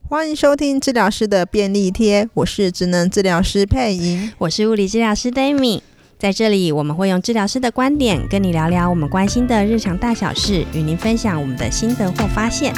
欢迎收听治疗师的便利贴，我是职能治疗师佩莹， 我是物理治疗师 Dami。 在这里我们会用治疗师的观点跟你聊聊我们关心的日常大小事，与您分享我们的心得或发现。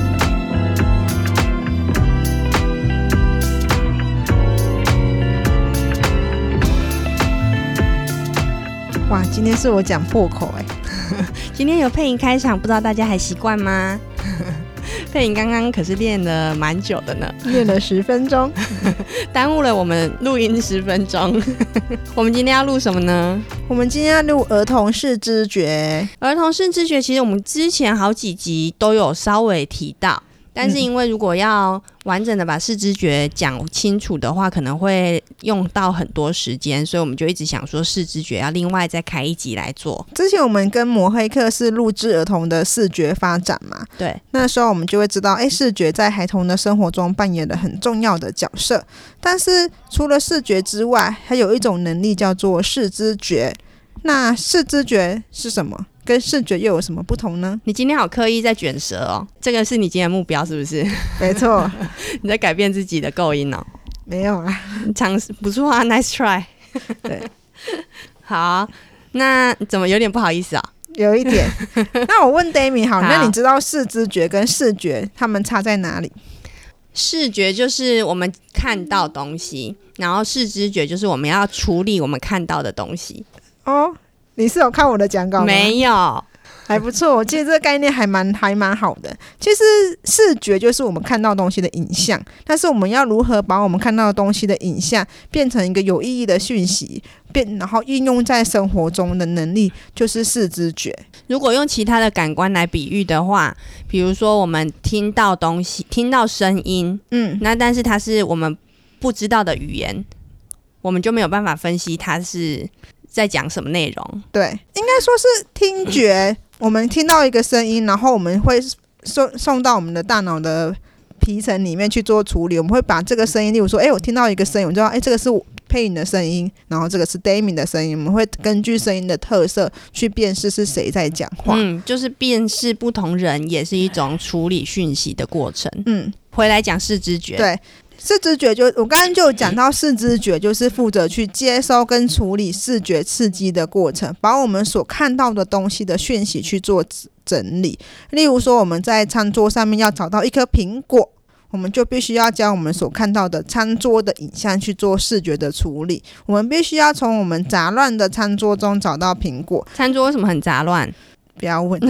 哇，今天是我讲破口今天有佩莹开场，不知道大家还习惯吗？佩莹刚刚可是练了蛮久的呢， 练了10分钟耽误了我们录音10分钟我们今天要录什么呢？ 我们今天要录儿童视知觉。 儿童视知觉其实我们之前好几集都有稍微提到，但是因为如果要完整的把视知觉讲清楚的话，可能会用到很多时间，所以我们就一直想说视知觉要另外再开一集来做。 之前我们跟抹黑课是录制儿童的视觉发展嘛， 对， 那时候我们就会知道视觉在孩童的生活中扮演了很重要的角色。但是除了视觉之外，还有一种能力叫做视知觉。那视知觉是什么？跟视觉又有什么不同呢？ 你今天好刻意在卷舌哦，这个是你今天的目标是不是？ 没错你在改变自己的构音哦。 没有啦， 尝试不错啊 ，nice try 对， 好，那怎么有点不好意思啊？ 有一点那我问 Dami 好， 好， 那你知道视知觉跟视觉它们差在哪里？ 视觉就是我们看到东西，然后视知觉就是我们要处理我们看到的东西。 哦，你是有看我的讲稿吗？ 没有， 还不错，其实这个概念还蛮好的。其实视觉就是我们看到东西的影像，但是我们要如何把我们看到的东西的影像变成一个有意义的讯息，然后运用在生活中的能力，就是视知觉。 如果用其他的感官来比喻的话，比如说我们听到东西，听到声音，那但是它是我们不知道的语言，我们就没有办法分析它是在讲什么内容。 对，应该说是听觉我们听到一个声音，然后我们会送到我们的大脑的皮层里面去做处理。我们会把这个声音，例如说我听到一个声音，我知道这个是佩莹的声音，然后这个是 Dami 的声音，我们会根据声音的特色去辨识是谁在讲话。 就是辨识不同人也是一种处理讯息的过程。回来讲视知觉。 对，视知觉我刚刚就有讲到，视知觉就是负责去接收跟处理视觉刺激的过程，把我们所看到的东西的讯息去做整理。例如说我们在餐桌上面要找到一颗苹果，我们就必须要将我们所看到的餐桌的影像去做视觉的处理。我们必须要从我们杂乱的餐桌中找到苹果。 餐桌为什么很杂乱？ 不要问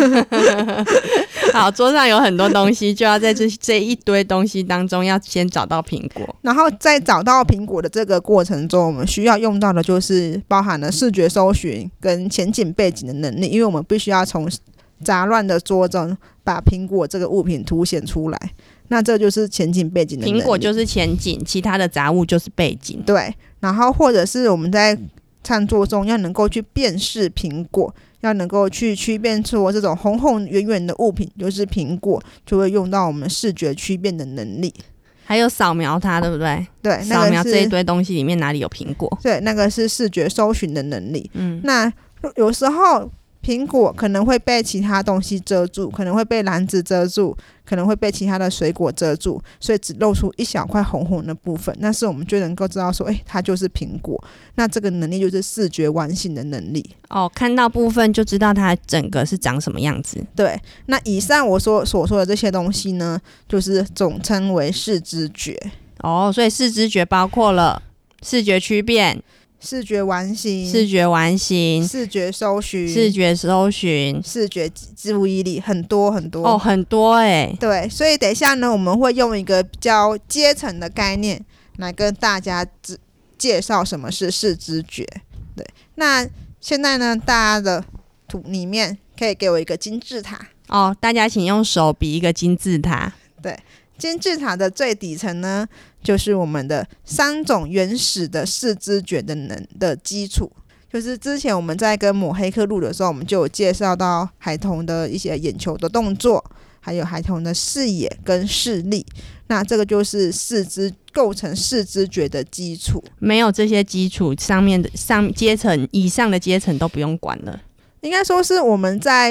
好，桌上有很多东西，就要在这一堆东西当中要先找到苹果， 然后在找到苹果的这个过程中，我们需要用到的就是包含了视觉搜寻跟前景背景的能力，因为我们必须要从杂乱的桌中把苹果这个物品凸显出来，那这就是前景背景的能力。 苹果就是前景，其他的杂物就是背景。 对，然后或者是我们在餐桌中要能够去辨识苹果，要能够去区辨出这种红红圆圆的物品就是苹果，就会用到我们视觉区辨的能力。 还有扫描它，对不对？ 对， 扫描这一堆东西里面哪里有苹果。 对，那个是视觉搜寻的能力。那有时候苹果可能会被其他东西遮住，可能会被篮子遮住，可能会被其他的水果遮住，所以只露出一小块红红的部分，那是我们就能够知道说它就是苹果。那这个能力就是视觉完形的能力。 看到部分就知道它整个是长什么样子。 对，那以上我所说的这些东西呢，就是总称为视知觉。 所以视知觉包括了视觉区辨、 视觉完形、 视觉完形、 视觉搜寻、 视觉搜寻、 视觉注意力，很多很多很多对，所以等一下呢，我们会用一个比较阶层的概念来跟大家介绍什么是视知觉。对，那现在呢，大家的图里面可以给我一个金字塔。 大家请用手比一个金字塔。 对，金字塔的最底层呢，就是我们的3种原始的视知觉的基础。就是之前我们在跟抹黑课录的时候，我们就有介绍到孩童的一些眼球的动作，还有孩童的视野跟视力。那这个就是构成视知觉的基础。 没有这些基础，以上的阶层都不用管了。 应该说是我们在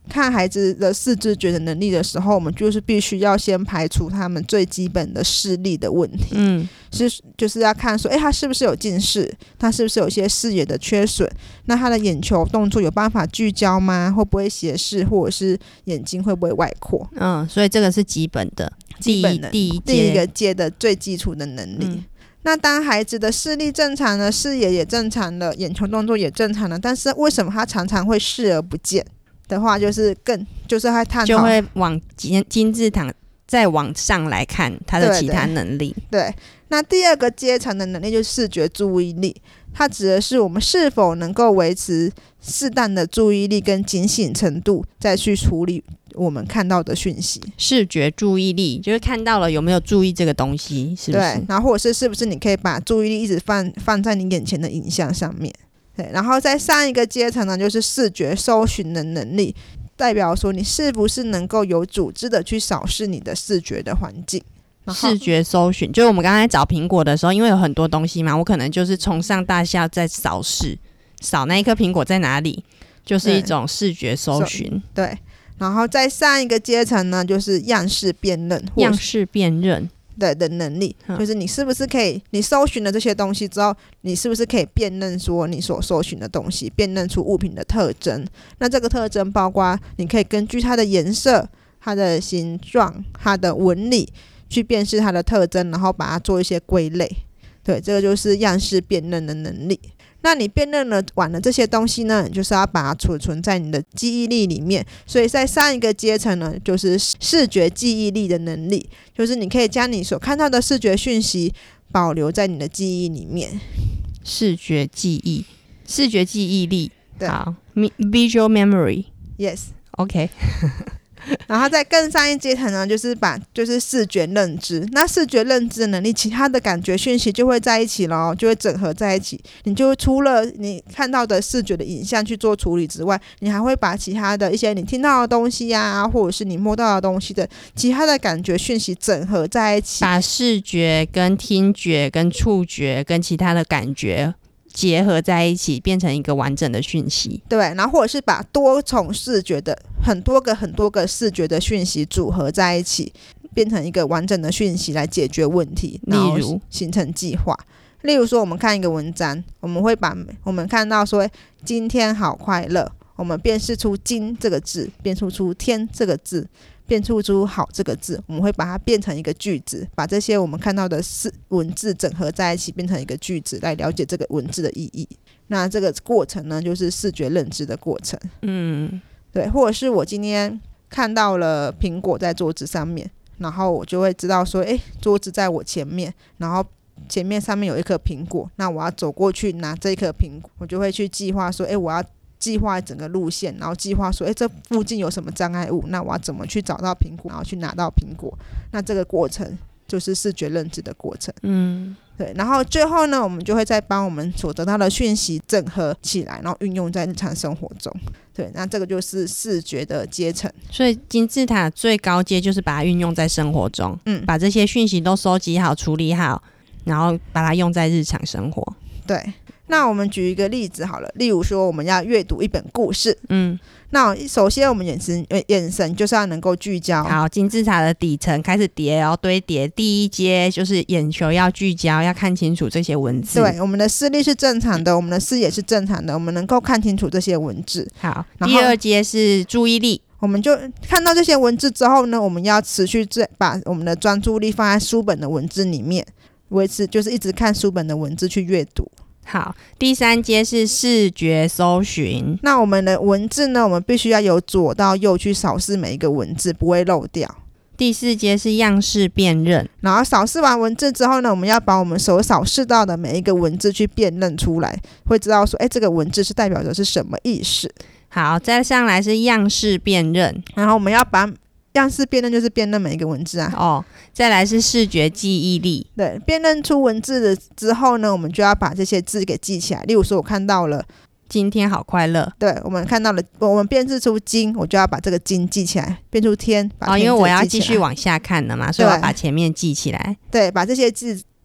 看孩子的视知觉的能力的时候，我们就是必须要先排除他们最基本的视力的问题，就是要看说他是不是有近视，他是不是有一些视野的缺损，那他的眼球动作有办法聚焦吗？会不会斜视，或者是眼睛会不会外扩？ 所以这个是基本的第一个阶的最基础的能力。那当孩子的视力正常了，视野也正常了，眼球动作也正常了，但是为什么他常常会视而不见的话，就是会探讨， 就会往金字塔再往上来看他的其他能力。 对，那第二个阶层的能力就是视觉注意力，它指的是我们是否能够维持适当的注意力跟警醒程度，再去处理我们看到的讯息。 视觉注意力就是看到了有没有注意这个东西，是不是？ 对，然后或者是不是你可以把注意力一直放在你眼前的影像上面。对，然后在上一个阶层呢，就是视觉搜寻的能力，代表说你是不是能够有组织的去扫视你的视觉的环境。 视觉搜寻就是我们刚才找苹果的时候，因为有很多东西嘛，我可能就是从上到下在扫那一颗苹果在哪里，就是一种视觉搜寻。 对，然后在上一个阶层呢，就是样式辨认的能力，就是你是不是可以，你搜寻了这些东西之后，你是不是可以辨认说你所搜寻的东西，辨认出物品的特征。那这个特征包括你可以根据它的颜色、它的形状、它的纹理去辨识它的特征，然后把它做一些归类。对，这个就是样式辨认的能力。那你辨认完了这些东西呢，你就是要把它储存在你的记忆力里面。所以在上一个阶层呢，就是视觉记忆力的能力，就是你可以将你所看到的视觉讯息保留在你的记忆里面。 视觉记忆力，好 ，visual memory。Yes， OK 然后再更上一阶层呢，就是视觉认知。那视觉认知的能力，其他的感觉讯息就会在一起咯，就会整合在一起。你就除了你看到的视觉的影像去做处理之外，你还会把其他的一些你听到的东西啊，或者是你摸到的东西的其他的感觉讯息整合在一起， 把视觉跟听觉跟触觉跟其他的感觉结合在一起，变成一个完整的讯息。 对，然后或者是把多重视觉的很多个视觉的讯息组合在一起，变成一个完整的讯息来解决问题，然后形成计划。例如说我们看一个文章，我们看到说今天好快乐，我们辨识出今这个字，辨识出天这个字，辨识出好这个字，我们会把它变成一个句子，把这些我们看到的文字整合在一起，变成一个句子来了解这个文字的意义。那这个过程呢，就是视觉认知的过程。对，或者是我今天看到了苹果在桌子上面，然后我就会知道说桌子在我前面，然后前面上面有一颗苹果，那我要走过去拿这一颗苹果，我就会去计划说我要计划整个路线，然后计划说这附近有什么障碍物，那我要怎么去找到苹果，然后去拿到苹果。那这个过程就是视觉认知的过程。对，然后最后呢，我们就会再帮我们所得到的讯息整合起来，然后运用在日常生活中。对，那这个就是视觉的阶层。 所以金字塔最高阶就是把它运用在生活中，把这些讯息都收集好、处理好，然后把它用在日常生活。 对，那我们举一个例子好了，例如说我们要阅读一本故事，那首先我们眼神就是要能够聚焦。 好，金字塔的底层开始叠堆叠，第一阶就是眼球要聚焦，要看清楚这些文字。 对，我们的视力是正常的，我们的视野是正常的，我们能够看清楚这些文字。 好，第二阶是注意力。 我们就看到这些文字之后呢，我们要持续把我们的专注力放在书本的文字里面，维持就是一直看书本的文字去阅读。 好，第三阶是视觉搜寻。 那我们的文字呢，我们必须要由左到右去扫视每一个文字，不会漏掉。 第四阶是样式辨认。 然后扫视完文字之后呢，我们要把我们所扫视到的每一个文字去辨认出来，会知道说这个文字是代表的是什么意思。 好，再上来是样式辨认。 然后我们要把样式辨认就是辨认每一个文字啊。 再来是视觉记忆力。 对，辨认出文字的之后呢，我们就要把这些字给记起来。例如说我看到了今天好快乐， 对，我们看到了，我们辨识出今，我就要把这个今记起来，辨出天，把天因为我要继续往下看了嘛，所以我要把前面记起来。 对，把这些字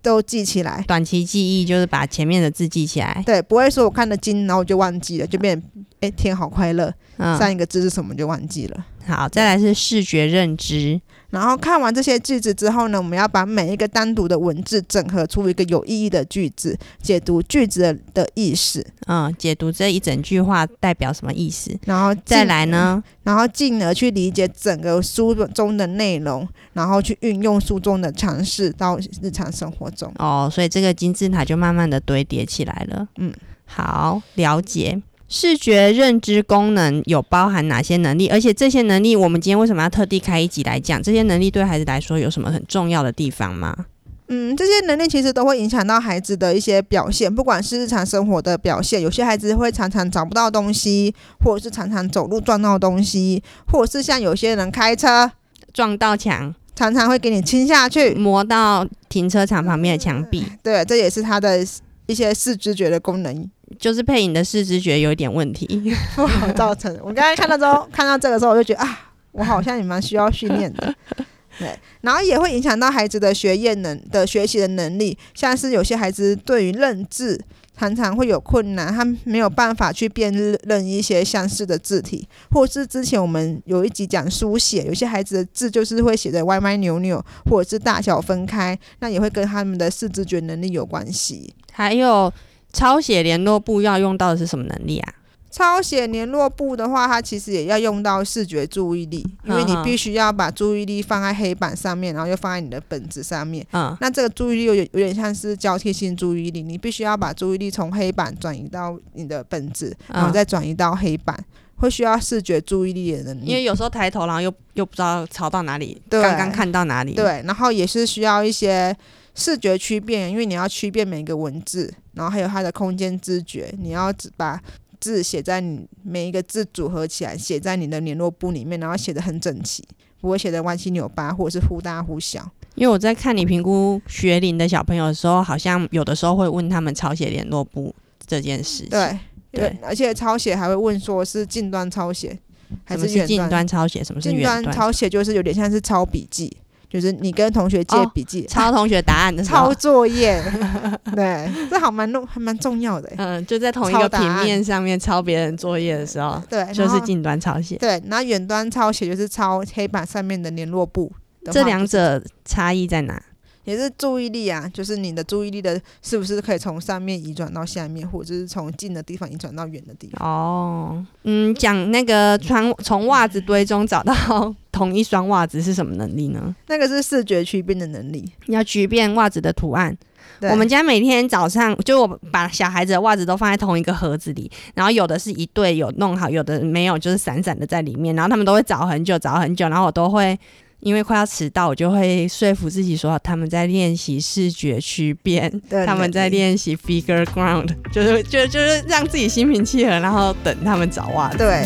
都记起来。 短期记忆就是把前面的字记起来。 对，不会说我看了经然后我就忘记了，就变天好快乐，上一个字是什么就忘记了。 好，再来是视觉认知。 然后看完这些句子之后呢，我们要把每一个单独的文字整合出一个有意义的句子，解读句子的意思。 解读这一整句话代表什么意思。 然后再来呢， 然后进而去理解整个书中的内容，然后去运用书中的常识到日常生活中。 所以这个金字塔就慢慢的堆叠起来了。好，了解。视觉认知功能有包含哪些能力？而且这些能力我们今天为什么要特地开一集来讲？这些能力对孩子来说有什么很重要的地方吗？ 这些能力其实都会影响到孩子的一些表现，不管是日常生活的表现，有些孩子会常常找不到东西，或者是常常走路撞到东西，或者是像有些人开车撞到墙， 常常会给你亲下去， 磨到停车场旁边的墙壁。 对，这也是他的一些视知觉的功能。 就是配影的视知觉有一点问题， 不好造成。我刚才看到这个时候，我就觉得我好像也蛮需要训练的。对，然后也会影响到孩子的学习的能力，像是有些孩子对于认字常常会有困难，他没有办法去辨认一些相似的字体，或是之前我们有一集讲书写，有些孩子的字就是会写得歪歪扭扭，或者是大小分开，那也会跟他们的视知觉能力有关系。 还有抄写联络簿要用到的是什么能力啊？ 抄写联络簿的话，它其实也要用到视觉注意力，因为你必须要把注意力放在黑板上面，然后又放在你的本子上面。那这个注意力有点像是交替性注意力，你必须要把注意力从黑板转移到你的本子，然后再转移到黑板，会需要视觉注意力的能力。 因为有时候抬头，然后又不知道抄到哪里，刚刚看到哪里。 对，然后也是需要一些视觉区辨，因为你要区辨每个文字，然后还有它的空间知觉，你要把字写在你每一个字组合起来，写在你的联络簿里面，然后写得很整齐，不会写得歪七扭八或者是忽大忽小。 因为我在看你评估学龄的小朋友的时候，好像有的时候会问他们抄写联络簿这件事情。 对，而且抄写还会问说是近端抄写还是远端。 什么是近端抄写？什么是远端？ 近端抄写就是有点像是抄笔记，就是你跟同学借笔记， 抄同学答案的时候， 抄作业。对，这还蛮重要的。 就在同一个平面上面抄别人作业的时候，对，就是近端抄写。 对，然后远端抄写就是抄黑板上面的联络簿。 这两者差异在哪？ 也是注意力啊，就是你的注意力的是不是可以从上面移转到下面，或者是从近的地方移转到远的地方。 讲那个从袜子堆中找到同一双袜子是什么能力呢？ 那个是视觉区辨的能力， 要区辨袜子的图案。我们家每天早上就我把小孩子的袜子都放在同一个盒子里，然后有的是一对有弄好，有的没有，就是散散的在里面，然后他们都会找很久，然后我都会因为快要迟到，我就会说服自己说他们在练习视觉区辨，他们在练习 figure ground， 就是让自己心平气和，然后等他们找袜子。 对。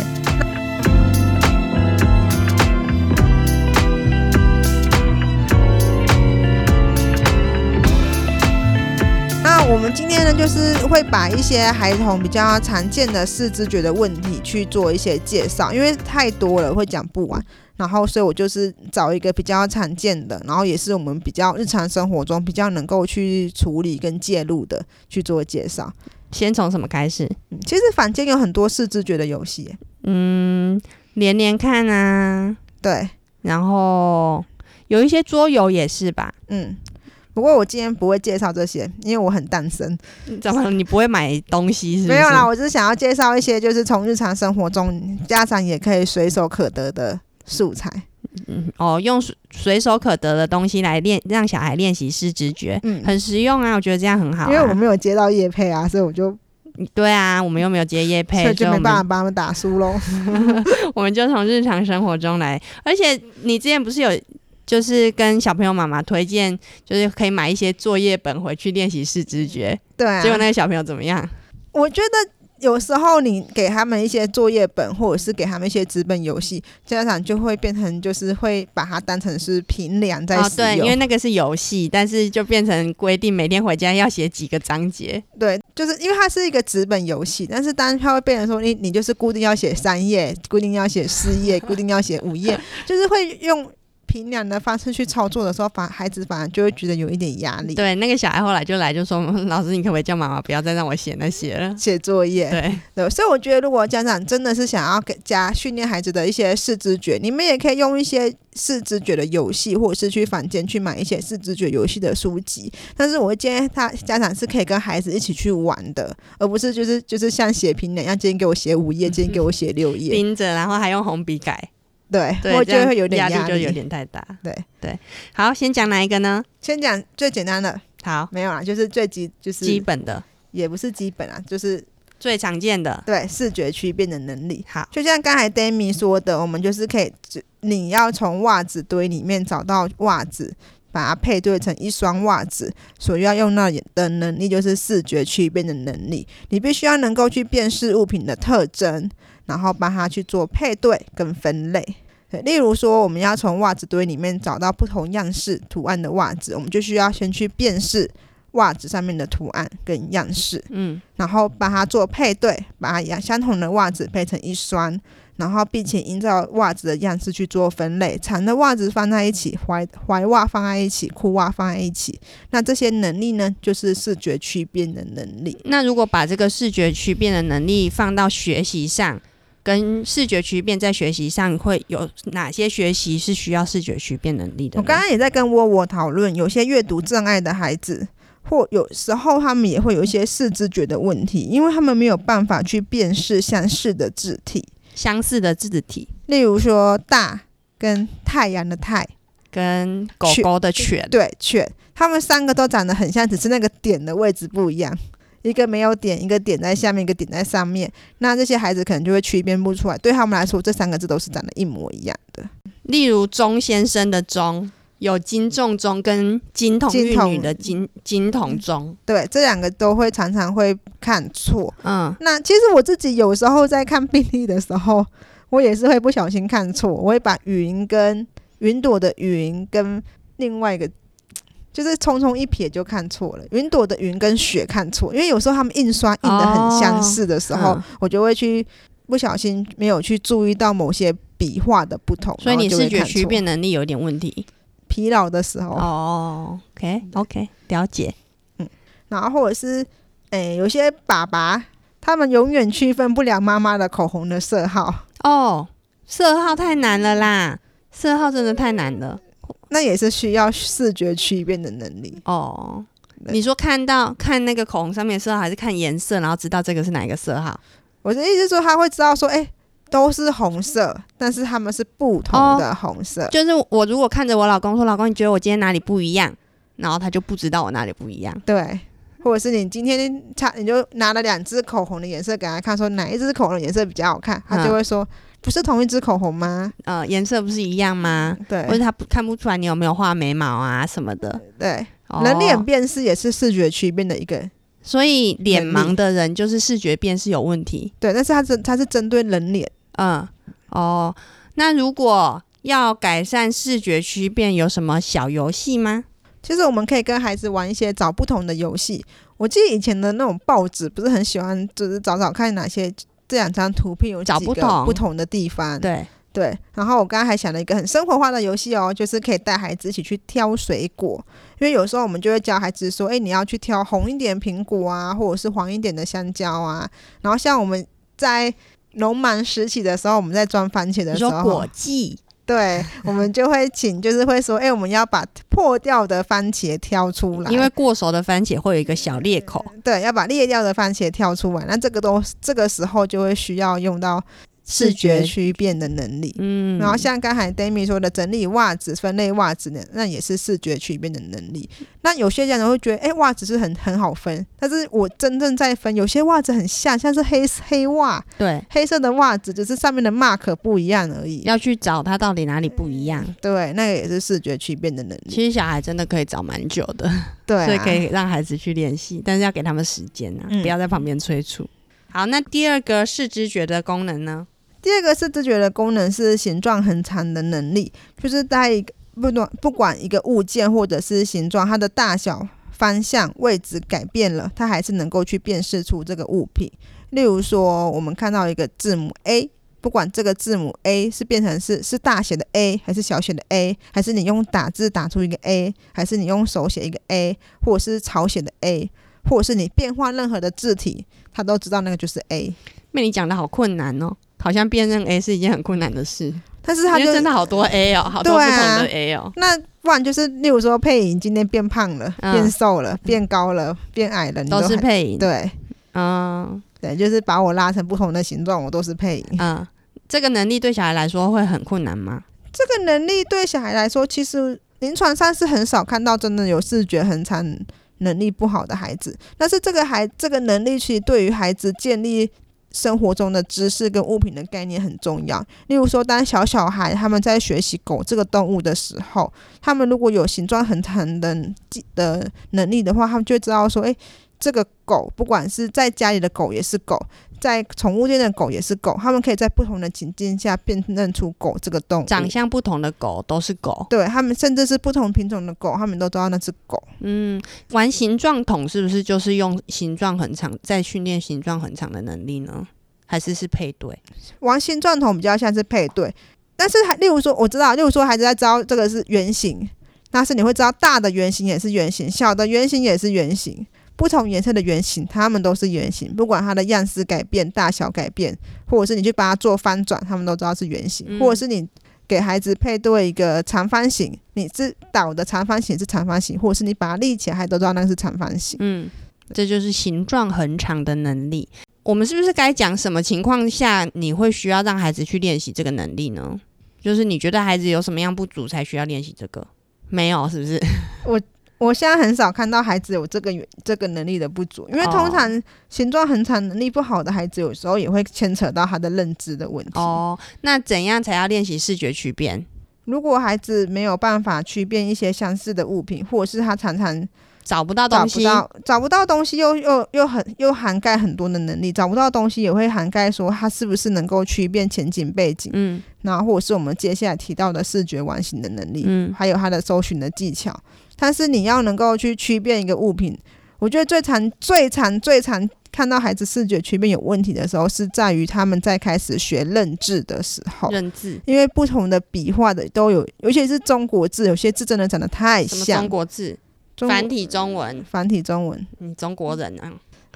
那我们今天呢，就是会把一些孩童比较常见的视知觉的问题去做一些介绍，因为太多了会讲不完，然后所以我就是找一个比较常见的，然后也是我们比较日常生活中比较能够去处理跟介入的去做介绍。 先从什么开始？ 其实坊间有很多视知觉的游戏， 连连看啊， 对， 然后有一些桌游也是吧， 不过我今天不会介绍这些，因为我很单身。 怎么你不会买东西是不是？ 没有啦，我只是想要介绍一些就是从日常生活中家长也可以随手可得的素材。 用随手可得的东西来让小孩练习视知觉，很实用啊，我觉得这样很好啊。 因为我没有接到业配啊，所以我就对啊，我们又没有接业配， 所以就没办法帮他们打书咯。 我们就从日常生活中来，而且你之前不是有就是跟小朋友妈妈推荐，就是可以买一些作业本回去练习视知觉。 对啊， 结果那个小朋友怎么样？ 我觉得有时候你给他们一些作业本，或者是给他们一些纸本游戏，家长就会变成就是会把它当成是评量在使用。 对，因为那个是游戏，但是就变成规定每天回家要写几个章节。 对，就是因为它是一个纸本游戏，但是当它会变成说你就是固定要写3页，固定要写4页，固定要写5页，就是会用平量的方式去操作的时候，孩子反而就会觉得有一点压力。 对，那个小孩后来就来就说，老师你可不可以叫妈妈不要再让我写那些了， 写作业。 对， 所以我觉得如果家长真的是想要训练孩子的一些视知觉，你们也可以用一些视知觉的游戏，或者是去坊间去买一些视知觉游戏的书籍。但是我会建议家长是可以跟孩子一起去玩的，而不是就是像写评量一样，今天给我写5页，今天给我写6页， 盯着，然后还用红笔改。 对，我觉得会有点压力， 就有点太大。 对， 好，先讲哪一个呢？ 先讲最简单的。 好， 没有啦，就是就是基本的， 也不是基本啊，就是最常见的。 对，视觉区辨的能力。 好， 就像刚才 Demi 说的，我们就是可以，你要从袜子堆里面找到袜子，把它配对成一双袜子，所要用到的能力就是视觉区辨的能力。你必须要能够去辨识物品的特征，然后帮它去做配对跟分类。对，例如说我们要从袜子堆里面找到不同样式图案的袜子，我们就需要先去辨识袜子上面的图案跟样式，然后把它做配对，把它相同的袜子配成一双，然后并且依照袜子的样式去做分类，长的袜子放在一起，踝袜放在一起，裤袜放在一起。那这些能力呢，就是视觉区辨的能力。 那如果把这个视觉区辨的能力放到学习上，跟视觉区辨在学习上会有哪些学习是需要视觉区辨能力的呢？ 我刚刚也在跟窝讨论，有些阅读障碍的孩子，或有时候他们也会有一些视知觉的问题，因为他们没有办法去辨识相似的字体，例如说大跟太阳的太， 跟狗狗的犬， 对，犬，他们3个都长得很像，只是那个点的位置不一样，一个没有点，一个点在下面，一个点在上面。那这些孩子可能就会区辨不出来，对他们来说这3个字都是长得一模一样的。 例如钟先生的钟，有金钟钟跟金童玉女的金童钟， 对，这2个都会常常会看错。那其实我自己有时候在看病历的时候，我也是会不小心看错，我会把云跟云朵的云跟另外一个就是匆匆一瞥就看错了，云朵的云跟雪看错，因为有时候他们印刷印得很相似的时候，我就会去不小心没有去注意到某些笔画的不同， 所以你视觉区辨能力有点问题， 疲劳的时候。 OK， 了解。 然后或者是有些爸爸他们永远区分不了妈妈的口红的色号。 色号太难了啦，色号真的太难了。 那也是需要视觉区辨的能力。 你说看那个口红上面的色号，还是看颜色然后知道这个是哪一个色号？ 我的意思是说他会知道说都是红色，但是他们是不同的红色。 就是我如果看着我老公说，老公你觉得我今天哪里不一样，然后他就不知道我哪里不一样。 对，或者是你今天你就拿了2支口红的颜色给他看，说哪一支口红的颜色比较好看，他就会说不是同一支口红吗？ 颜色不是一样吗？对，或者他看不出来你有没有画眉毛啊什么的。 对，人脸辨识也是视觉区辨的一个， 所以脸盲的人就是视觉辨识有问题。 对，但是他是针对人脸。 那如果要改善视觉区辨，有什么小游戏吗？ 其实我们可以跟孩子玩一些找不同的游戏。我记得以前的那种报纸不是很喜欢，就是找看哪些这2张图片有几个不同的地方。对，然后我刚刚还想了一个很生活化的游戏就是可以带孩子一起去挑水果，因为有时候我们就会教孩子说你要去挑红一点苹果啊，或者是黄一点的香蕉啊。然后像我们在农忙时期的时候，我们在装番茄的时候， 你说果季， 对，我们就会就是会说我们要把破掉的番茄挑出来， 因为过熟的番茄会有一个小裂口。 对，要把裂掉的番茄挑出来。那这个时候就会需要用到视觉区辨的能力。然后像刚才 Demi 说的整理袜子、分类袜子呢，那也是视觉区辨的能力。那有些家长会觉得袜子是很好分，但是我真正在分，有些袜子很像是黑袜，对，黑色的袜子只是上面的 mark 不一样而已， 要去找它到底哪里不一样。 对，那个也是视觉区辨的能力。 其实小孩真的可以找蛮久的， 对所以可以让孩子去练习，但是要给他们时间不要在旁边催促。好，那第二个视知觉的功能呢？ 第二个视知觉的功能是形状恒常的能力，就是在不管一个物件或者是形状，它的大小、方向、位置改变了，它还是能够去辨识出这个物品。例如说我们看到一个字母 A， 不管这个字母 A 是变成是大写的 A 还是小写的 A， 还是你用打字打出一个 A， 还是你用手写一个 A， 或者是草写的 A， 或者是你变换任何的字体，它都知道那个就是 A。 被你讲的好困难哦，好像辨认 A 是一件很困难的事， 但是它就真的好多 A 哦，好多不同的 A 哦。 那不然就是例如说配音今天变胖了、变瘦了、变高了、变矮了，你都是配音。 对，对，就是把我拉成不同的形状，我都是配音。 这个能力对小孩来说会很困难吗？ 这个能力对小孩来说，其实临床上是很少看到真的有视觉恒常能力不好的孩子，但是这个能力其实对于孩子建立生活中的知识跟物品的概念很重要。例如说，当小孩他们在学习狗这个动物的时候，他们如果有形状恒常的能力的话，他们就会知道说，这个狗不管是在家里的狗也是狗，在宠物店的狗也是狗，他们可以在不同的情境下辨认出狗这个动物。 长相不同的狗都是狗， 对，他们甚至是不同品种的狗，他们都知道那是狗。 玩形状桶是不是就是用形状很长，在训练形状很长的能力呢？还是配对？ 玩形状桶比较像是配对，但是例如说我知道，例如说孩子在知道这个是圆形，但是你会知道大的圆形也是圆形，小的圆形也是圆形。不同颜色的圆形它们都是圆形，不管它的样式改变、大小改变，或者是你去把它做翻转，他们都知道是圆形。或者是你给孩子配对一个长方形，你是倒的长方形是长方形，或者是你把它立起来，还都知道那个是长方形。 这就是形状恒常的能力。我们是不是该讲什么情况下你会需要让孩子去练习这个能力呢？就是你觉得孩子有什么样不足才需要练习这个？没有，是不是？ 我现在很少看到孩子有这个能力的不足，因为通常形状恒常能力不好的孩子，有时候也会牵扯到他的认知的问题。 那怎样才要练习视觉区辨？ 如果孩子没有办法区辨一些相似的物品，或者是他常常找不到东西， 找不到东西又涵盖很多的能力，找不到东西也会涵盖说他是不是能够区辨前景背景，然后或者是我们接下来提到的视觉完形的能力，还有他的搜寻的技巧。但是你要能够去区辨一个物品，我觉得最常看到孩子视觉区辨有问题的时候，是在于他们在开始学认字的时候。 认字， 因为不同的笔画的都有，尤其是中国字，有些字真的长得太像。 什么中国字？繁体中文。繁体中文。你中国人啊？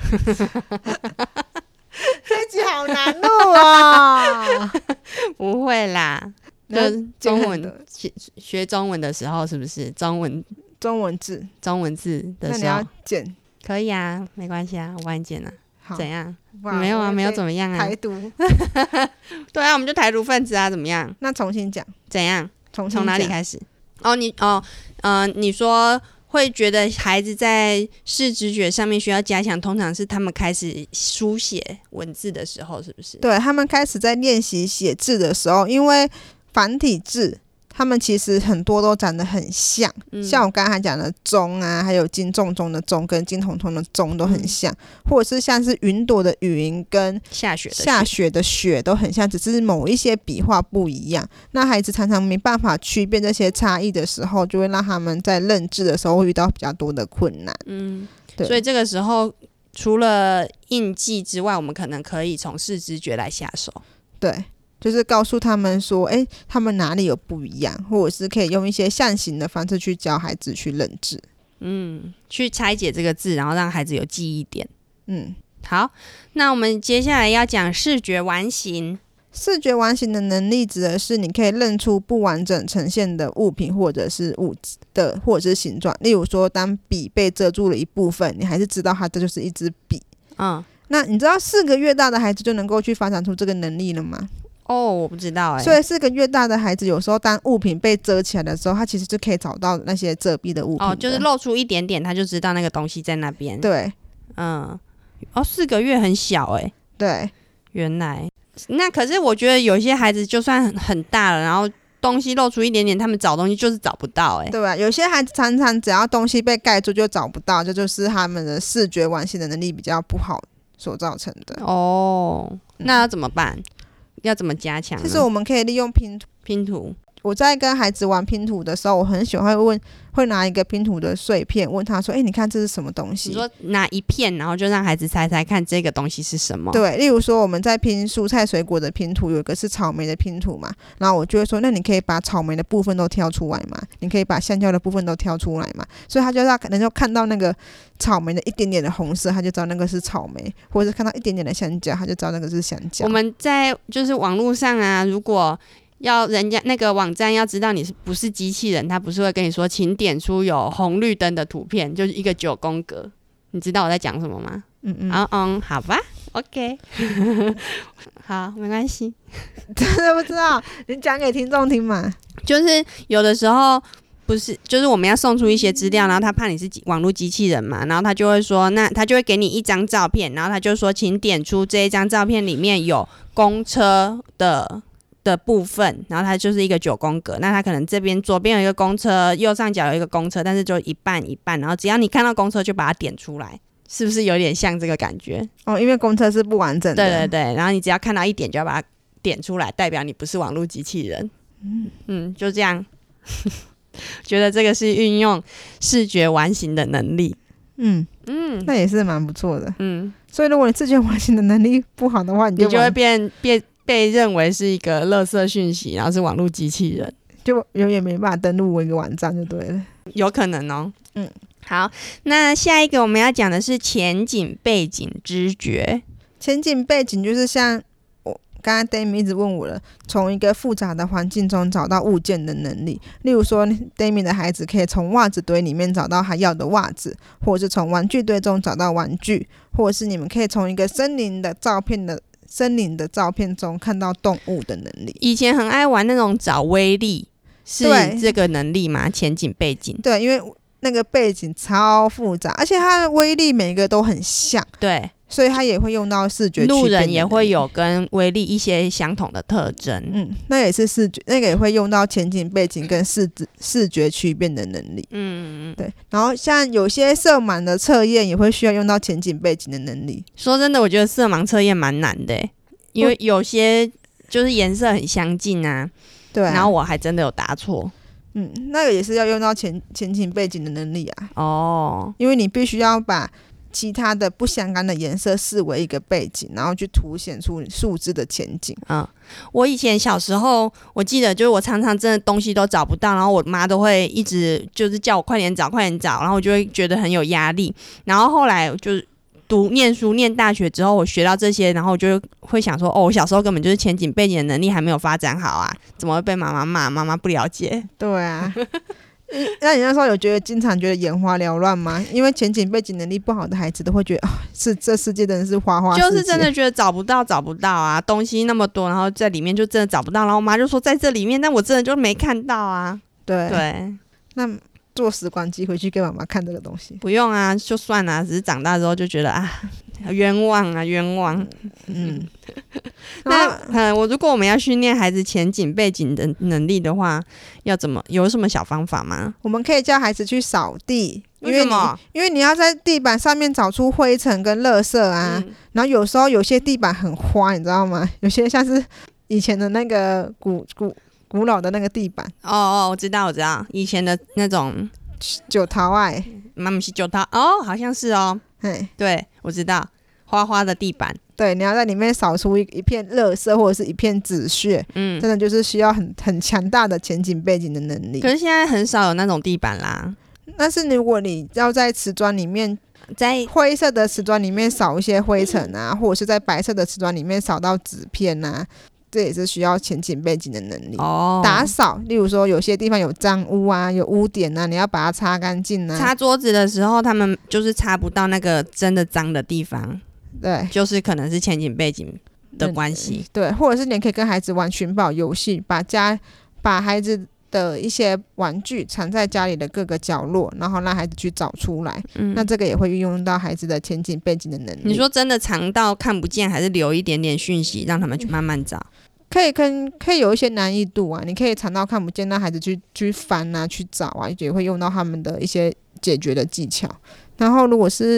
这集好难录啊！ 不会啦，就中文学中文的时候，是不是中文字的时候？那你要剪？ 可以啊，没关系啊，我帮你剪啊。怎样？ 没有啊，没有怎么样啊？ 台独。 对啊，我们就台独分子啊，怎么样？ 那重新讲。 怎样？从哪里开始？你说会觉得孩子在视知觉上面需要加强，通常是他们开始书写文字的时候，是不是？ 对，他们开始在练习写字的时候，因为繁体字他们其实很多都长得很像，像我刚才讲的钟啊，还有金重钟的钟跟金彤彤的钟都很像，或者是像是云朵的云跟下雪的雪都很像，只是某一些笔画不一样。那孩子常常没办法区辨这些差异的时候，就会让他们在认字的时候会遇到比较多的困难。 对，所以这个时候除了印记之外，我们可能可以从视知觉来下手。 对，就是告诉他们说他们哪里有不一样，或者是可以用一些象形的方式去教孩子去认字， 去拆解这个字，然后让孩子有记忆点。好，那我们接下来要讲视觉完形。 视觉完形的能力指的是你可以认出不完整呈现的物品或者是物质的或者是形状，例如说当笔被遮住了一部分，你还是知道它这就是一支笔。那你知道4个月大的孩子就能够去发展出这个能力了吗？ 我不知道所以4个月大的孩子有时候当物品被遮起来的时候，他其实就可以找到那些遮蔽的物品就是露出一点点他就知道那个东西在那边。 对 4个月很小对， 原来那可是我觉得有些孩子就算很大了，然后东西露出一点点，他们找东西就是找不到对吧？有些孩子常常只要东西被盖住就找不到，这就是他们的视觉完形的能力比较不好所造成的。 那要怎么办？要怎么加强呢？ 其实我们可以利用拼图。 我在跟孩子玩拼图的时候，我很喜欢会拿一个拼图的碎片问他说：“你看这是什么东西？” 你说拿一片，然后就让孩子猜猜看这个东西是什么？ 对，例如说我们在拼蔬菜水果的拼图，有一个是草莓的拼图嘛，然后我就会说：“那你可以把草莓的部分都挑出来嘛，你可以把香蕉的部分都挑出来嘛。”所以他可能就看到那个草莓的一点点的红色，他就知道那个是草莓，或者是看到一点点的香蕉，他就知道那个是香蕉。 我们在就是网络上啊，如果要人家那个网站要知道你是不是机器人，他不是会跟你说请点出有红绿灯的图片，就是一个9宫格，你知道我在讲什么吗？好吧 OK 好，没关系真的不知道，你讲给听众听嘛。 就是有的时候不是，就是我们要送出一些资料，然后他怕你是网络机器人嘛，然后他就会说，那他就会给你一张照片，然后他就说请点出这一张照片里面有公车的部分，然后它就是一个9宫格，那它可能这边左边有一个公车，右上角有一个公车，但是就一半一半，然后只要你看到公车就把它点出来，是不是有点像这个感觉？ 因为公车是不完整的。 对对对，然后你只要看到一点就要把它点出来，代表你不是网络机器人。就这样觉得这个是运用视觉完形的能力。 那也是蛮不错的。所以如果你视觉完形的能力不好的话，你就会被认为是一个垃圾讯息，然后是网络机器人， 就永远没办法登录一个网站就对了。 有可能哦。好，那下一个我们要讲的是前景背景知觉。 前景背景就是像我刚刚 Dami 一直问我了，从一个复杂的环境中找到物件的能力。例如说 Dami 的孩子可以从袜子堆里面找到他要的袜子，或者是从玩具堆中找到玩具，或者是你们可以从一个森林的照片中看到动物的能力。 以前很爱玩那种找威力，是这个能力吗？前景背景。 对，因为那个背景超复杂，而且它的威力每个都很像。 对， 所以它也会用到视觉区别，路人也会有跟威力一些相同的特征。 那也是视觉，那个也会用到前景背景跟视觉区别的能力。对。然后像有些色盲的测验也会需要用到前景背景的能力。 说真的，我觉得色盲测验蛮难的，因为有些就是颜色很相近啊。对啊。然后我还真的有答错。 那个也是要用到前景背景的能力啊。因为你必须要把其他的不相干的颜色视为一个背景，然后去凸显出树枝的前景。 我以前小时候，我记得就是我常常真的东西都找不到，然后我妈都会一直就是叫我快点找，然后我就会觉得很有压力。然后后来就是念书念大学之后，我学到这些，然后我就会想说，我小时候根本就是前景背景的能力还没有发展好啊，怎么会被妈妈骂？妈妈不了解。 对啊。那你那时候有经常觉得眼花缭乱吗？因为前景背景能力不好的孩子都会觉得是这世界真的是花花世界， 就是真的觉得找不到啊，东西那么多，然后在里面就真的找不到，然后我妈就说在这里面，但我真的就没看到啊。对， 那做时光机回去给妈妈看这个东西。 不用啊，就算了，只是长大之后就觉得冤枉啊，冤枉。那如果我们要训练孩子前景背景的能力的话，有什么小方法吗？ 我们可以叫孩子去扫地。 为什么？ 因为你要在地板上面找出灰尘跟垃圾啊。然后有时候有些地板很花，你知道吗？有些像是以前的那个古老的那个地板。 我知道，以前的那种九桃不是九桃好像是对，我知道花花的地板。 对，你要在里面扫出一片垃圾或者是一片纸屑。真的就是需要很强大的前景背景的能力。 可是现在很少有那种地板啦。 但是如果你要在瓷砖里面，在灰色的瓷砖里面扫一些灰尘啊，或者是在白色的瓷砖里面扫到纸片啊，这也是需要前景背景的能力。打扫，例如说有些地方有脏污啊，有污点啊，你要把它擦干净啊。 擦桌子的时候，他们就是擦不到那个真的脏的地方。 对， 就是可能是前景背景的关系。 对，或者是你可以跟孩子玩寻宝游戏，把孩子的一些玩具藏在家里的各个角落，然后让孩子去找出来。那这个也会运用到孩子的前景背景的能力。 你说真的藏到看不见，还是留一点点讯息让他们去慢慢找？ 可以有一些难易度啊，你可以藏到看不见，让孩子去翻啊，去找啊，也会用到他们的一些解决的技巧。然后如果是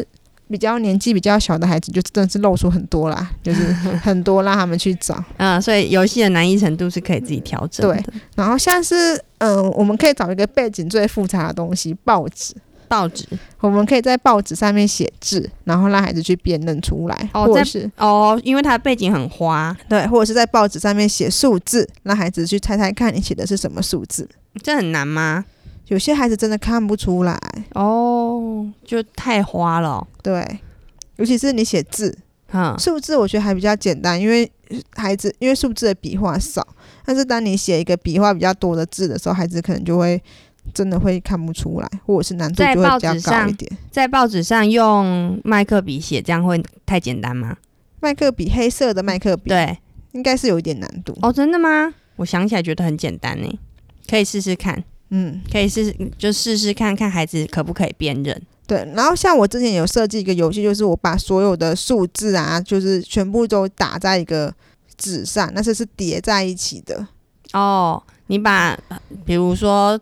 比较年纪比较小的孩子就真的是露出很多啦，就是很多让他们去找。 所以游戏的难易程度是可以自己调整的。 对，然后像是我们可以找一个背景最复杂的东西，报纸。我们可以在报纸上面写字，然后让孩子去辨认出来，或者是因为它的背景很花， 对，或者是在报纸上面写数字，让孩子去猜猜看你写的是什么数字。 这很难吗？ 有些孩子真的看不出来就太花了。 对，尤其是你写字，数字我觉得还比较简单，因为数字的笔画少，但是当你写一个笔画比较多的字的时候，孩子可能就会真的会看不出来，或者是难度就会比较高一点。 在报纸上用麦克笔写，这样会太简单吗？ 麦克笔，黑色的麦克笔， 对， 应该是有一点难度。 真的吗？我想起来觉得很简单耶，可以试试看。可以试试看看孩子可不可以辨认。 对，然后像我之前有设计一个游戏，就是我把所有的数字啊，就是全部都打在一个纸上，那是叠在一起的。 你把比如说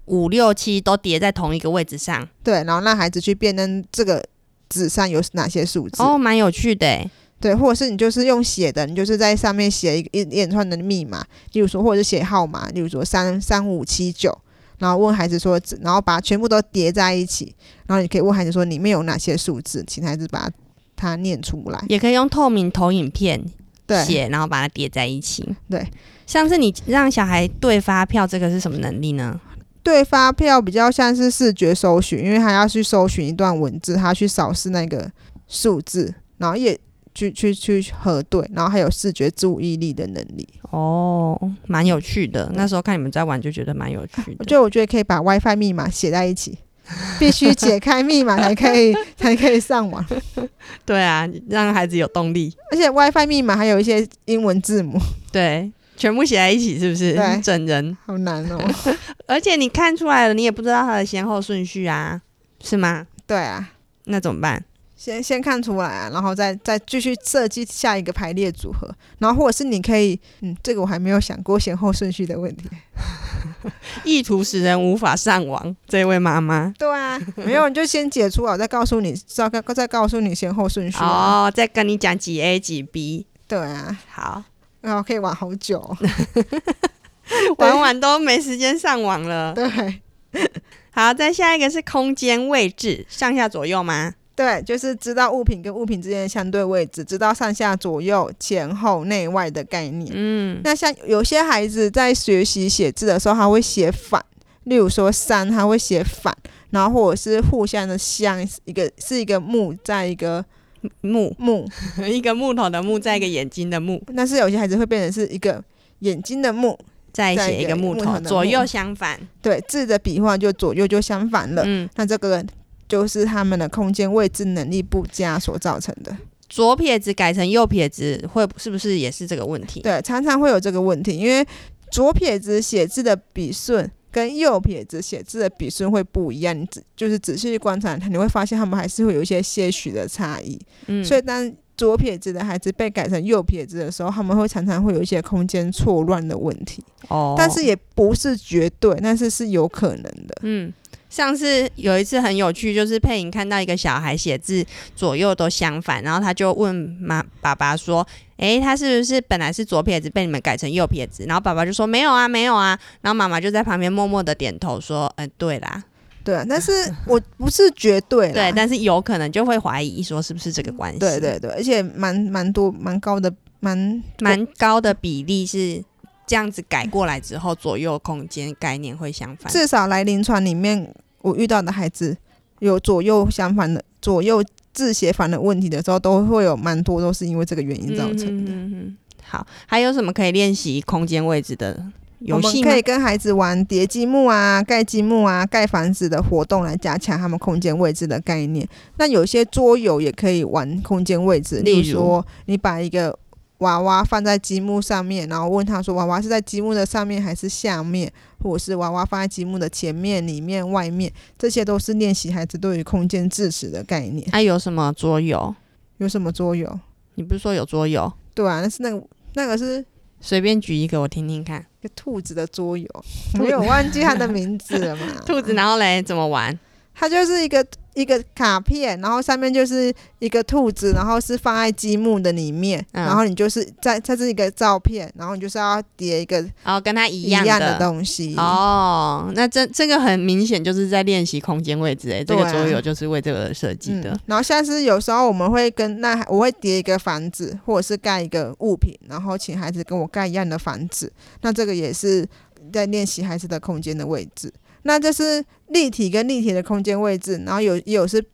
5、6、7都叠在同一个位置上， 对，然后让孩子去辨认这个纸上有哪些数字。 蛮有趣的耶。 对，或者是你就是用写的，你就是在上面写一连串的密码，例如说，或者是写号码，例如说33579，然后问孩子说，然后把全部都叠在一起，然后你可以问孩子说里面有哪些数字，请孩子把它念出来。 也可以用透明投影片写，然后把它叠在一起。 对， 像是你让小孩对发票，这个是什么能力呢？ 对发票比较像是视觉搜寻，因为他要去搜寻一段文字，他去扫视那个数字，然后也去核对，然后还有视觉注意力的能力。 蛮有趣的。那时候看你们在玩就觉得蛮有趣的。 我觉得可以把 WiFi 密码写在一起，必须解开密码才可以上网。 对啊，让孩子有动力。 而且 WiFi 密码还有一些英文字母。 对，全部写在一起是不是？ 对， 整人好难哦。 而且你看出来了，你也不知道它的先后顺序啊，是吗？ 对啊。 那怎么办？ 先看出来啊，然后再继续设计下一个排列组合，然后或者是你可以，这个我还没有想过先后顺序的问题。 意图使人无法上网，这位妈妈。 对啊，没有你就先解出来，再告诉你先后顺序。 再跟你讲几 A 几 B。 对啊， 好， 然后可以玩好久。 玩完都没时间上网了。 对。 好，再下一个是空间位置，上下左右吗？ 对，就是知道物品跟物品之间的相对位置，知道上下左右前后内外的概念。那像有些孩子在学习写字的时候，他会写反，例如说山，他会写反，然后或者是互相的相，是一个木在一个木一个木头的木在一个眼睛的木， 但是有些孩子会变成是一个眼睛的木再写一个木头，左右相反。 对，字的笔画就左右就相反了。那这个就是他们的空间位置能力不佳所造成的。 左撇子改成右撇子是不是也是这个问题？ 对，常常会有这个问题，因为左撇子写字的笔顺跟右撇子写字的笔顺会不一样，你就是仔细去观察，你会发现他们还是会有一些许的差异。所以当左撇子的孩子被改成右撇子的时候，他们会常常会有一些空间错乱的问题。但是也不是绝对，但是是有可能的。 像是有一次很有趣，就是佩莹看到一个小孩写字左右都相反，然后他就问爸爸说，他是不是本来是左撇子被你们改成右撇子？然后爸爸就说没有啊，然后妈妈就在旁边默默的点头说对啦。 对，但是我不是绝对啦。 对，但是有可能就会怀疑说是不是这个关系。 对，而且蛮高的比例是这样子改过来之后，左右空间概念会相反。 至少来临床里面，我遇到的孩子有左右相反的、左右字写反的问题的时候，都会有蛮多都是因为这个原因造成的。 好，还有什么可以练习空间位置的游戏吗？ 我们可以跟孩子玩叠积木啊、盖积木啊、盖房子的活动来加强他们空间位置的概念。那有些桌游也可以玩空间位置，例如说你把一个娃娃放在积木上面，然后问他说娃娃是在积木的上面还是下面，或者是娃娃放在积木的前面、里面、外面，这些都是练习孩子对于空间知识的概念。 有什么桌游？ 有什么桌游？ 你不是说有桌游？ 对啊，那个是随便举一个我听听看。 一个兔子的桌游，没有忘记它的名字了嘛？ 兔子，然后嘞怎么玩？ 它就是一个卡片，然后上面就是一个兔子，然后是放在积木的里面，然后你就是这是一个照片，然后你就是要叠一个跟它一样的东西。 那这个很明显就是在练习空间位置这个桌游就是为这个设计的。 然后像是有时候我们会我会叠一个房子，或者是盖一个物品，然后请孩子跟我盖一样的房子，那这个也是在练习孩子的空间的位置。那这是立体跟立体的空间位置，然后也有是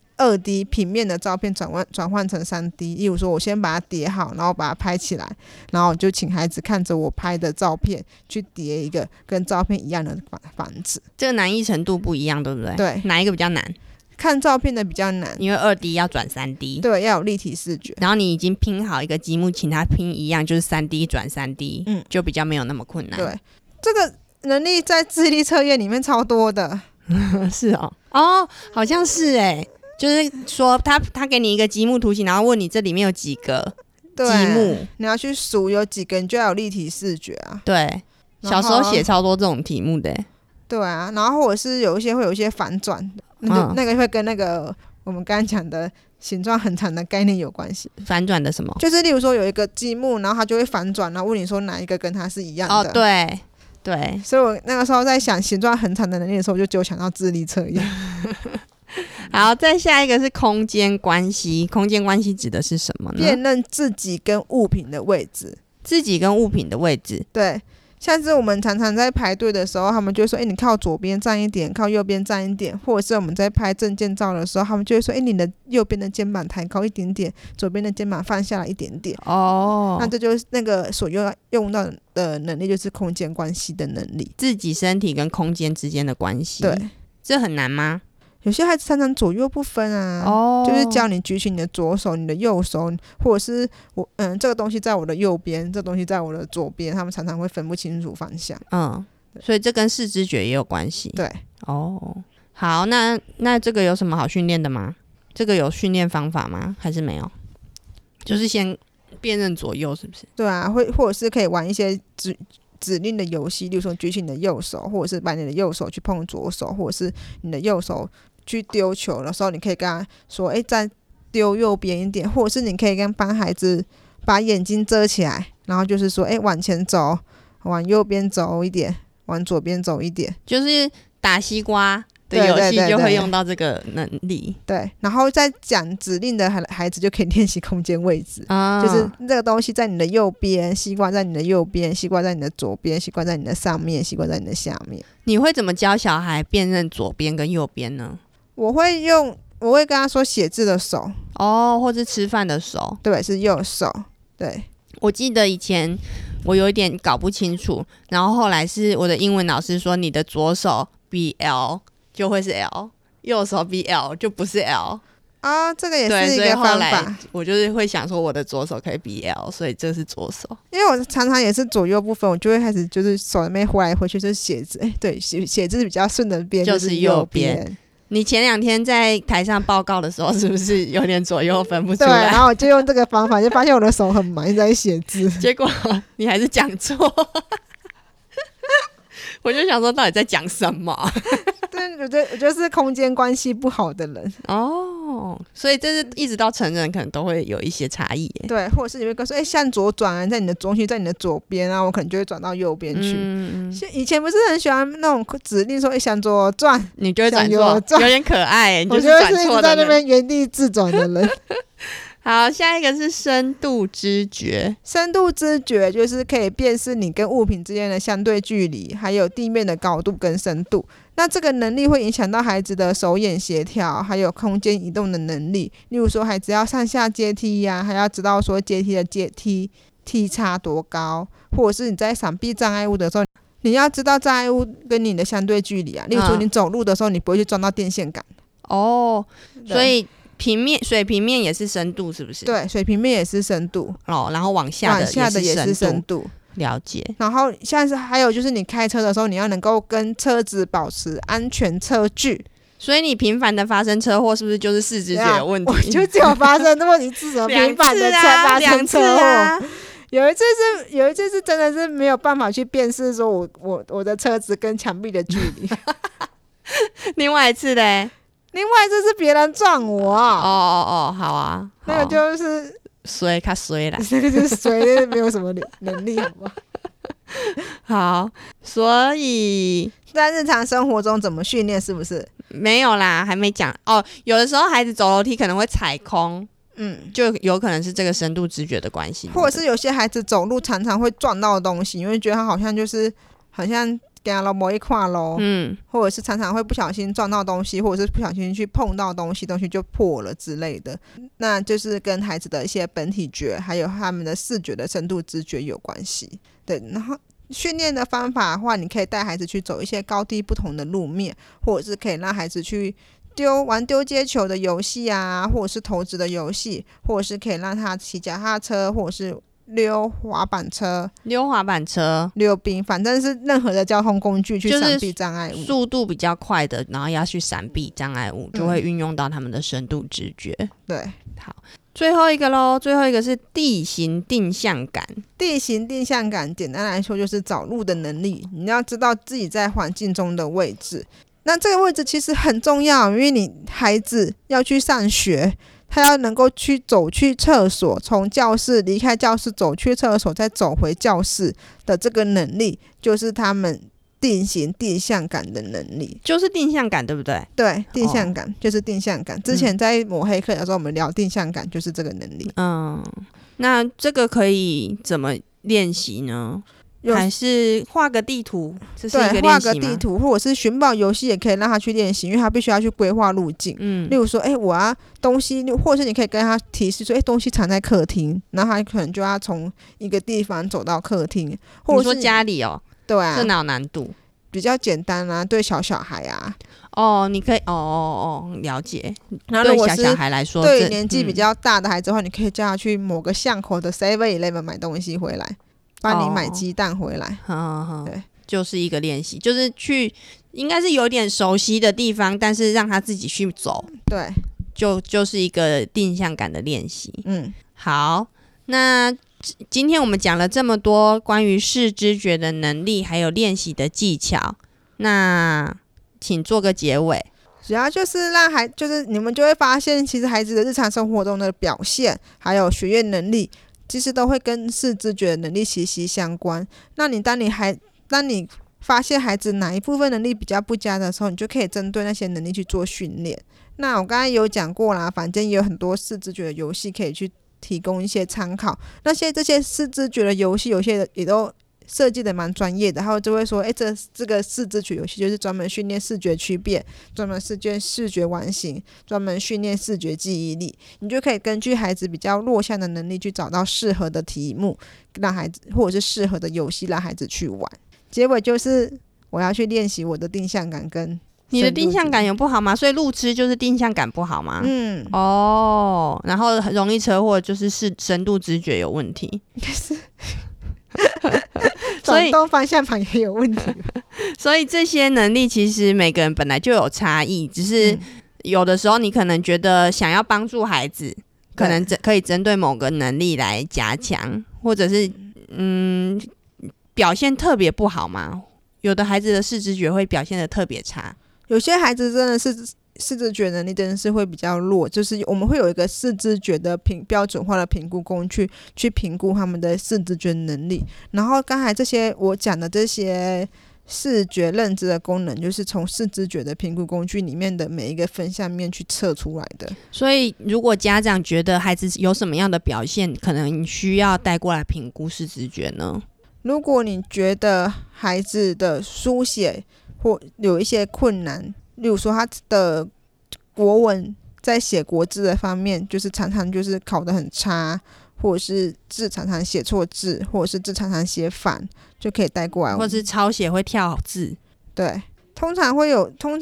2D 平面的照片转换成 3D。 例如说我先把它叠好，然后把它拍起来，然后就请孩子看着我拍的照片去叠一个跟照片一样的房子。 这个难易程度不一样对不对？ 对， 哪一个比较难？ 看照片的比较难，因为 2D 要转 3D。 对，要有立体视觉。 然后你已经拼好一个积木，请他拼一样，就是 3D 转 3D，就比较没有那么困难。 对，这个能力在智力测验里面超多的。 是哦，好像是就是说他给你一个积木图形，然后问你这里面有几个积木， 你要去数有几个，你就要有立体视觉啊。 对，小时候写超多这种题目的。 对啊，然后或者是会有一些反转，那个会跟那个我们刚刚讲的形状很长的概念有关系。 反转的什么？ 就是例如说有一个积木，然后它就会反转，然后问你说哪一个跟它是一样的。 对， 所以我那个时候在想形状很长的能力的时候，就想到智力测验。 好，再下一个是空间关系。空间关系指的是什么呢？ 辨认自己跟物品的位置。 自己跟物品的位置， 对。像是我们常常在排队的时候，他们就会说你靠左边站一点，靠右边站一点。或者是我们在拍证件照的时候，他们就会说你的右边的肩膀抬高一点点，左边的肩膀放下来一点点。那这就是那个所用到的能力，就是空间关系的能力， 自己身体跟空间之间的关系。 对， 这很难吗？ 有些孩子常常左右不分啊，就是教你举起你的左手、你的右手，或者是这个东西在我的右边，这个东西在我的左边，他们常常会分不清楚方向。 所以这跟视知觉也有关系。 对， 好，那这个有什么好训练的吗？这个有训练方法吗？还是没有？就是先辨认左右，是不是？ 对啊，或者是可以玩一些指令的游戏，例如说举起你的右手，或者是把你的右手去碰左手，或者是你的右手去丢球的时候，你可以跟他说再丢右边一点，或者是你可以帮孩子把眼睛遮起来，然后就是说往前走，往右边走一点，往左边走一点， 就是打西瓜的游戏就会用到这个能力。 对，然后再讲指令的孩子就可以练习空间位置，就是这个东西在你的右边，西瓜在你的右边，西瓜在你的左边，西瓜在你的上面，西瓜在你的下面。 你会怎么教小孩辨认左边跟右边呢？ 我会跟他说写字的手或是吃饭的手。 对，是右手。对， 我记得以前我有一点搞不清楚，然后后来是我的英文老师说你的左手比 L 就会是 L， 右手比 L 就不是 L。 这个也是一个方法。 所以后来我就是会想说我的左手可以比 L， 所以这是左手。 因为我常常也是左右不分，我就会开始就是手那边挥来挥去，就是写字。对，写字比较顺的边就是右边。 你前2天在台上报告的时候，是不是有点左右分不出来？ 对，然后我就用这个方法，就发现我的手很忙，一直在写字， 结果你还是讲错。我就想说，到底在讲什么？ 对，我就是空间关系不好的人。 所以这是一直到成人可能都会有一些差异。 对，或者是你会说，向左转在你的中心，在你的左边啊，我可能就会转到右边去。以前不是很喜欢那种指令说，向左转， 你就会转错，有点可爱。 我就是一直在那边原地自转的人。 好，下一个是深度知觉。 深度知觉就是可以辨识你跟物品之间的相对距离，还有地面的高度跟深度。那这个能力会影响到孩子的手眼协调，还有空间移动的能力。例如说，孩子要上下阶梯呀，还要知道说阶梯的梯差多高，或者是你在闪避障碍物的时候，你要知道障碍物跟你的相对距离啊。例如说，你走路的时候，你不会去撞到电线杆。 所以水平面也是深度，是不是？ 对，水平面也是深度。 然后往下的也是深度。 了解。 然后像是还有就是你开车的时候，你要能够跟车子保持安全车距。 所以你频繁的发生车祸，是不是就是视知觉的问题？ 我就只有发生，如果你至少频繁的发生车祸。有一次是真的是没有办法去辨识说我的车子跟墙壁的距离。 另外一次嘞？ 另外一次是别人撞我。 好啊， 那个就是衰，他衰啦， 那个就是衰，没有什么能力，好不好？ 好，所以在日常生活中怎么训练，是不是？ 没有啦，还没讲哦。有的时候孩子走楼梯可能会踩空，就有可能是这个深度知觉的关系， 或者是有些孩子走路常常会撞到东西，因为觉得他好像给他了某一块咯，或者是常常会不小心撞到东西，或者是不小心去碰到东西就破了之类的，那就是跟孩子的一些本体觉还有他们的视觉的深度知觉有关系。对，然后训练的方法的话，你可以带孩子去走一些高低不同的路面，或者是可以让孩子去玩丢接球的游戏啊，或者是投掷的游戏，或者是可以让他骑脚踏车，或者是溜滑板车、溜冰，反正是任何的交通工具去闪避障碍物， 就是速度比较快的，然后要去闪避障碍物，就会运用到他们的深度知觉。 对， 好，最后一个咯，最后一个是地形定向感。 地形定向感简单来说就是找路的能力，你要知道自己在环境中的位置。那这个位置其实很重要，因为你孩子要去上学，他要能够走去厕所，从教室离开教室走去厕所再走回教室的这个能力，就是他们地形定向感的能力， 就是定向感，对不对？ 对，定向感就是定向感。之前在抹黑课的时候我们聊定向感，就是这个能力。 那这个可以怎么练习呢？还是画个地图，这是一个练习吗？对，画个地图，或者是寻宝游戏也可以让他去练习，因为他必须要去规划路径。例如说，我要东西，或者是你可以跟他提示说，东西藏在客厅，然后他可能就要从一个地方走到客厅，或者是你说家里哦？ 对啊， 这哪有难度？ 比较简单啊，对小孩啊。 你可以了解。 然后如果是对小孩来说， 对年纪比较大的孩子的话，你可以叫他去某个巷口的 7-Eleven 买东西回来。帮你买鸡蛋回来， 对，就是一个练习，就是去应该是有点熟悉的地方，但是让他自己去走， 对， 就是一个定向感的练习。好，那今天我们讲了这么多关于视知觉的能力，还有练习的技巧，那请做个结尾。 主要就是就是你们就会发现，其实孩子的日常生活中的表现，还有学业能力。其实都会跟视知觉的能力息息相关。那当你发现孩子哪一部分能力比较不佳的时候，你就可以针对那些能力去做训练。那我刚才有讲过啦，反正也有很多视知觉的游戏可以去提供一些参考。这些视知觉的游戏，有些也都设计的蛮专业的，他就会说，这个视知觉游戏就是专门训练视觉区别，专门视觉完形，专门训练视觉记忆力。你就可以根据孩子比较弱项的能力去找到适合的题目，让孩子或者是适合的游戏让孩子去玩。结果就是我要去练习我的定向感跟你的定向感有不好吗？所以路痴就是定向感不好吗？然后很容易车祸就是深度知觉有问题。 转动方向盘也有问题。 所以这些能力其实每个人本来就有差异，只是有的时候你可能觉得想要帮助孩子，可能可以针对某个能力来加强，或者是表现特别不好嘛。有的孩子的视知觉会表现得特别差， 有些孩子真的是视知觉能力真的是会比较弱，就是我们会有一个视知觉的标准化的评估工具去评估他们的视知觉能力。然后刚才我讲的这些视觉认知的功能，就是从视知觉的评估工具里面的每一个分项面去测出来的。 所以如果家长觉得孩子有什么样的表现，可能需要带过来评估视知觉呢？ 如果你觉得孩子的书写或有一些困难，例如说他的国文在写国字的方面就是常常就是考得很差，或者是字常常写错字，或者是字常常写反，就可以带过来。 或者是抄写会跳字。 对，通常会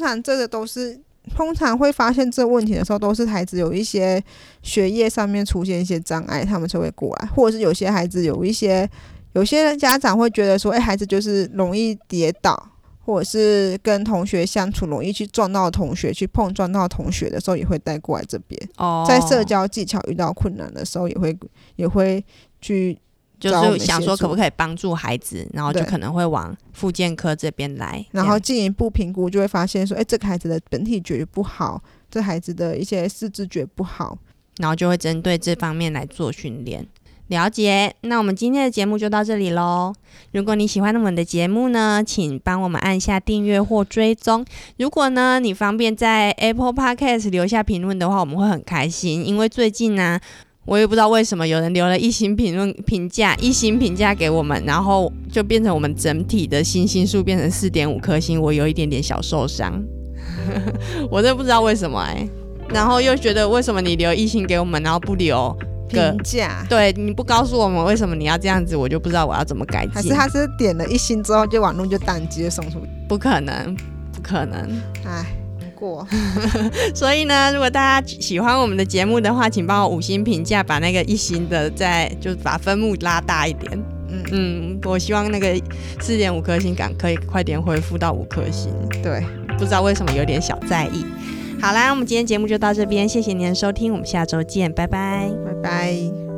发现这问题的时候，都是孩子有一些学业上面出现一些障碍，他们就会过来。或者是有些孩子有些家长会觉得说，孩子就是容易跌倒，或者是跟同学相处容易去撞到同学，去碰撞到同学的时候，也会带过来这边。在社交技巧遇到困难的时候，也会去就是想说可不可以帮助孩子，然后就可能会往复健科这边来， 然后进一步评估就会发现说这个孩子的本体觉不好，这孩子的一些四肢觉不好， 然后就会针对这方面来做训练。了解，那我们今天的节目就到这里咯。如果你喜欢我们的节目呢，请帮我们按下订阅或追踪。如果呢你方便在 Apple Podcast 留下评论的话，我们会很开心，因为最近呢我也不知道为什么有人留了1星评价给我们，然后就变成我们整体的星星数变成 4.5 颗星，我有一点点小受伤我真的不知道为什么然后又觉得为什么你留1星给我们，然后不留评价， 对，你不告诉我们为什么你要这样子，我就不知道我要怎么改进。 还是他是点了1星之后就网络就宕机就送出去？ 不可能哎，过所以呢，如果大家喜欢我们的节目的话，请帮我5星评价，把那个1星的就把分目拉大一点。我希望那个 4.5 颗星可以快点恢复到5颗星。 对， 不知道为什么有点小在意。好啦，我们今天节目就到这边，谢谢您的收听，我们下周见，拜拜， 拜拜。